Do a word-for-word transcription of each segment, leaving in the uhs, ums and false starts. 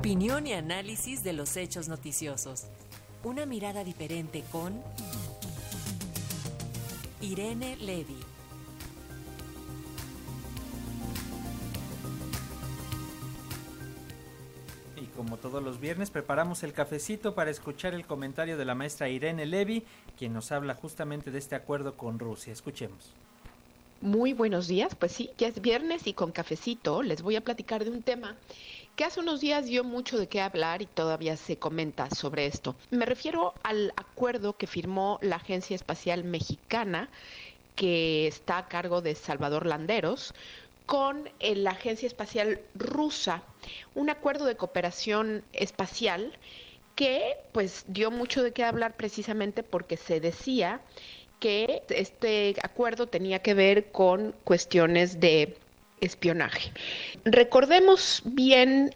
Opinión y análisis de los hechos noticiosos. Una mirada diferente con Irene Levy. Y como todos los viernes, preparamos el cafecito para escuchar el comentario de la maestra Irene Levy, quien nos habla justamente de este acuerdo con Rusia. Escuchemos. Muy buenos días, pues sí, ya es viernes y con cafecito les voy a platicar de un tema que hace unos días dio mucho de qué hablar y todavía se comenta sobre esto. Me refiero al acuerdo que firmó la Agencia Espacial Mexicana, que está a cargo de Salvador Landeros, con la Agencia Espacial Rusa, un acuerdo de cooperación espacial que pues dio mucho de qué hablar precisamente porque se decía que este acuerdo tenía que ver con cuestiones de espionaje. Recordemos bien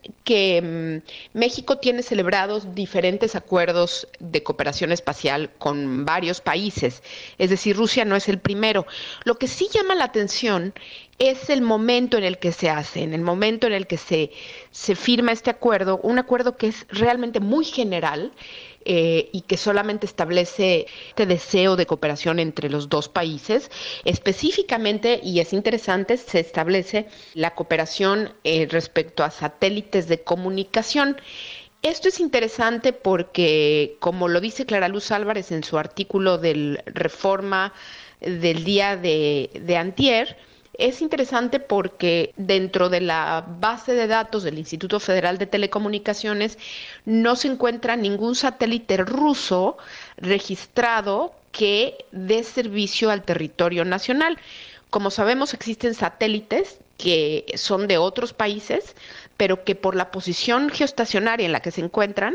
que um, México tiene celebrados diferentes acuerdos de cooperación espacial con varios países, es decir, Rusia no es el primero. Lo que sí llama la atención es el momento en el que se hace, en el momento en el que se, se firma este acuerdo, un acuerdo que es realmente muy general, Eh, y que solamente establece este deseo de cooperación entre los dos países. Específicamente, y es interesante, se establece la cooperación eh, respecto a satélites de comunicación. Esto es interesante porque, como lo dice Clara Luz Álvarez en su artículo del Reforma del día de, de antier, es interesante porque dentro de la base de datos del Instituto Federal de Telecomunicaciones no se encuentra ningún satélite ruso registrado que dé servicio al territorio nacional. Como sabemos, existen satélites que son de otros países, pero que por la posición geoestacionaria en la que se encuentran,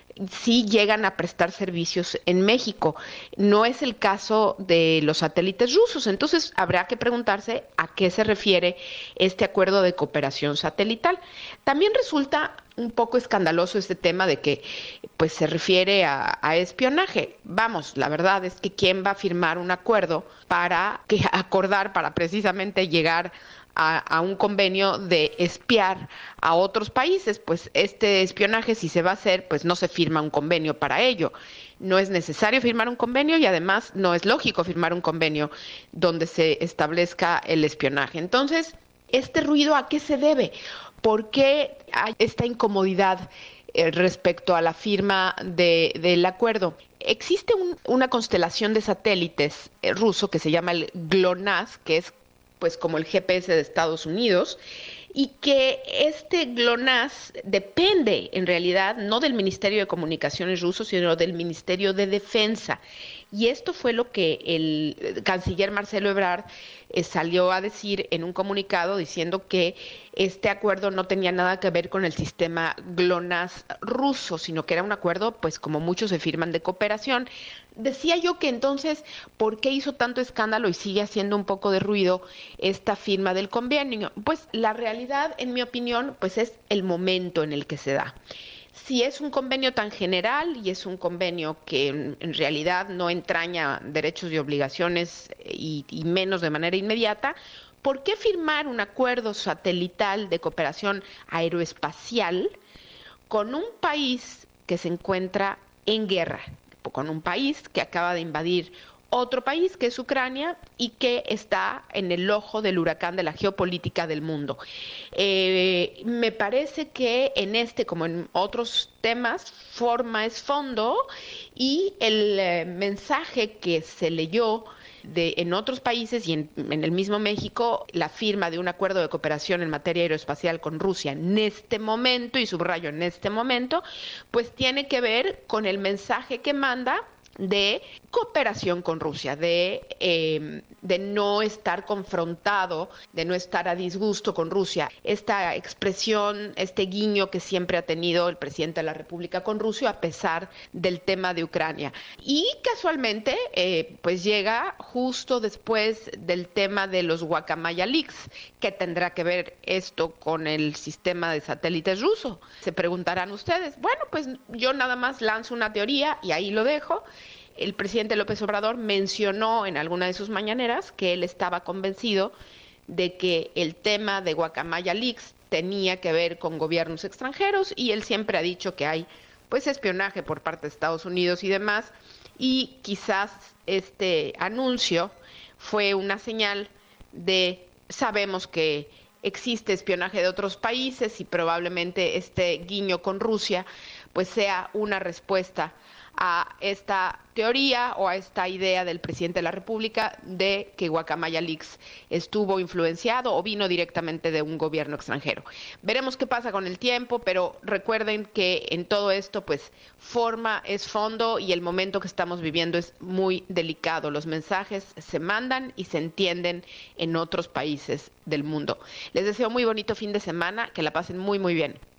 sí llegan a prestar servicios en México. No es el caso de los satélites rusos. Entonces, habrá que preguntarse a qué se refiere este acuerdo de cooperación satelital. También resulta un poco escandaloso este tema de que pues se refiere a, a espionaje. Vamos, la verdad es que ¿quién va a firmar un acuerdo para que acordar, para precisamente llegar A, a un convenio de espiar a otros países? Pues este espionaje, si se va a hacer, pues no se firma un convenio para ello. No es necesario firmar un convenio y además no es lógico firmar un convenio donde se establezca el espionaje. Entonces, ¿este ruido a qué se debe? ¿Por qué hay esta incomodidad eh, respecto a la firma de, del acuerdo? Existe un, una constelación de satélites eh, ruso que se llama el GLONASS, que es pues como el G P S de Estados Unidos, y que este GLONASS depende en realidad no del Ministerio de Comunicaciones ruso, sino del Ministerio de Defensa. Y esto fue lo que el canciller Marcelo Ebrard eh, salió a decir en un comunicado diciendo que este acuerdo no tenía nada que ver con el sistema GLONASS ruso, sino que era un acuerdo, pues como muchos se firman, de cooperación. Decía yo que entonces, ¿por qué hizo tanto escándalo y sigue haciendo un poco de ruido esta firma del convenio? Pues la realidad, en mi opinión, pues es el momento en el que se da. Si es un convenio tan general y es un convenio que en, en realidad no entraña derechos y obligaciones y, y menos de manera inmediata, ¿por qué firmar un acuerdo satelital de cooperación aeroespacial con un país que se encuentra en guerra, con un país que acaba de invadir otro país, que es Ucrania, y que está en el ojo del huracán de la geopolítica del mundo? Eh, me parece que en este, como en otros temas, forma es fondo, y el eh, mensaje que se leyó de, en otros países y en, en el mismo México, la firma de un acuerdo de cooperación en materia aeroespacial con Rusia en este momento, y subrayo en este momento, pues tiene que ver con el mensaje que manda de cooperación con Rusia, de, eh, de no estar confrontado, de no estar a disgusto con Rusia. Esta expresión, este guiño que siempre ha tenido el presidente de la República con Rusia a pesar del tema de Ucrania. Y casualmente, eh, pues llega justo después del tema de los Guacamaya Leaks. ¿Qué tendrá que ver esto con el sistema de satélites ruso? Se preguntarán ustedes. Bueno, pues yo nada más lanzo una teoría y ahí lo dejo. El presidente López Obrador mencionó en alguna de sus mañaneras que él estaba convencido de que el tema de Guacamaya Leaks tenía que ver con gobiernos extranjeros y él siempre ha dicho que hay pues espionaje por parte de Estados Unidos y demás, y quizás este anuncio fue una señal de sabemos que existe espionaje de otros países y probablemente este guiño con Rusia pues sea una respuesta a esta teoría o a esta idea del presidente de la República de que Guacamaya Leaks estuvo influenciado o vino directamente de un gobierno extranjero. Veremos qué pasa con el tiempo, pero recuerden que en todo esto, pues, forma es fondo y el momento que estamos viviendo es muy delicado. Los mensajes se mandan y se entienden en otros países del mundo. Les deseo muy bonito fin de semana, que la pasen muy, muy bien.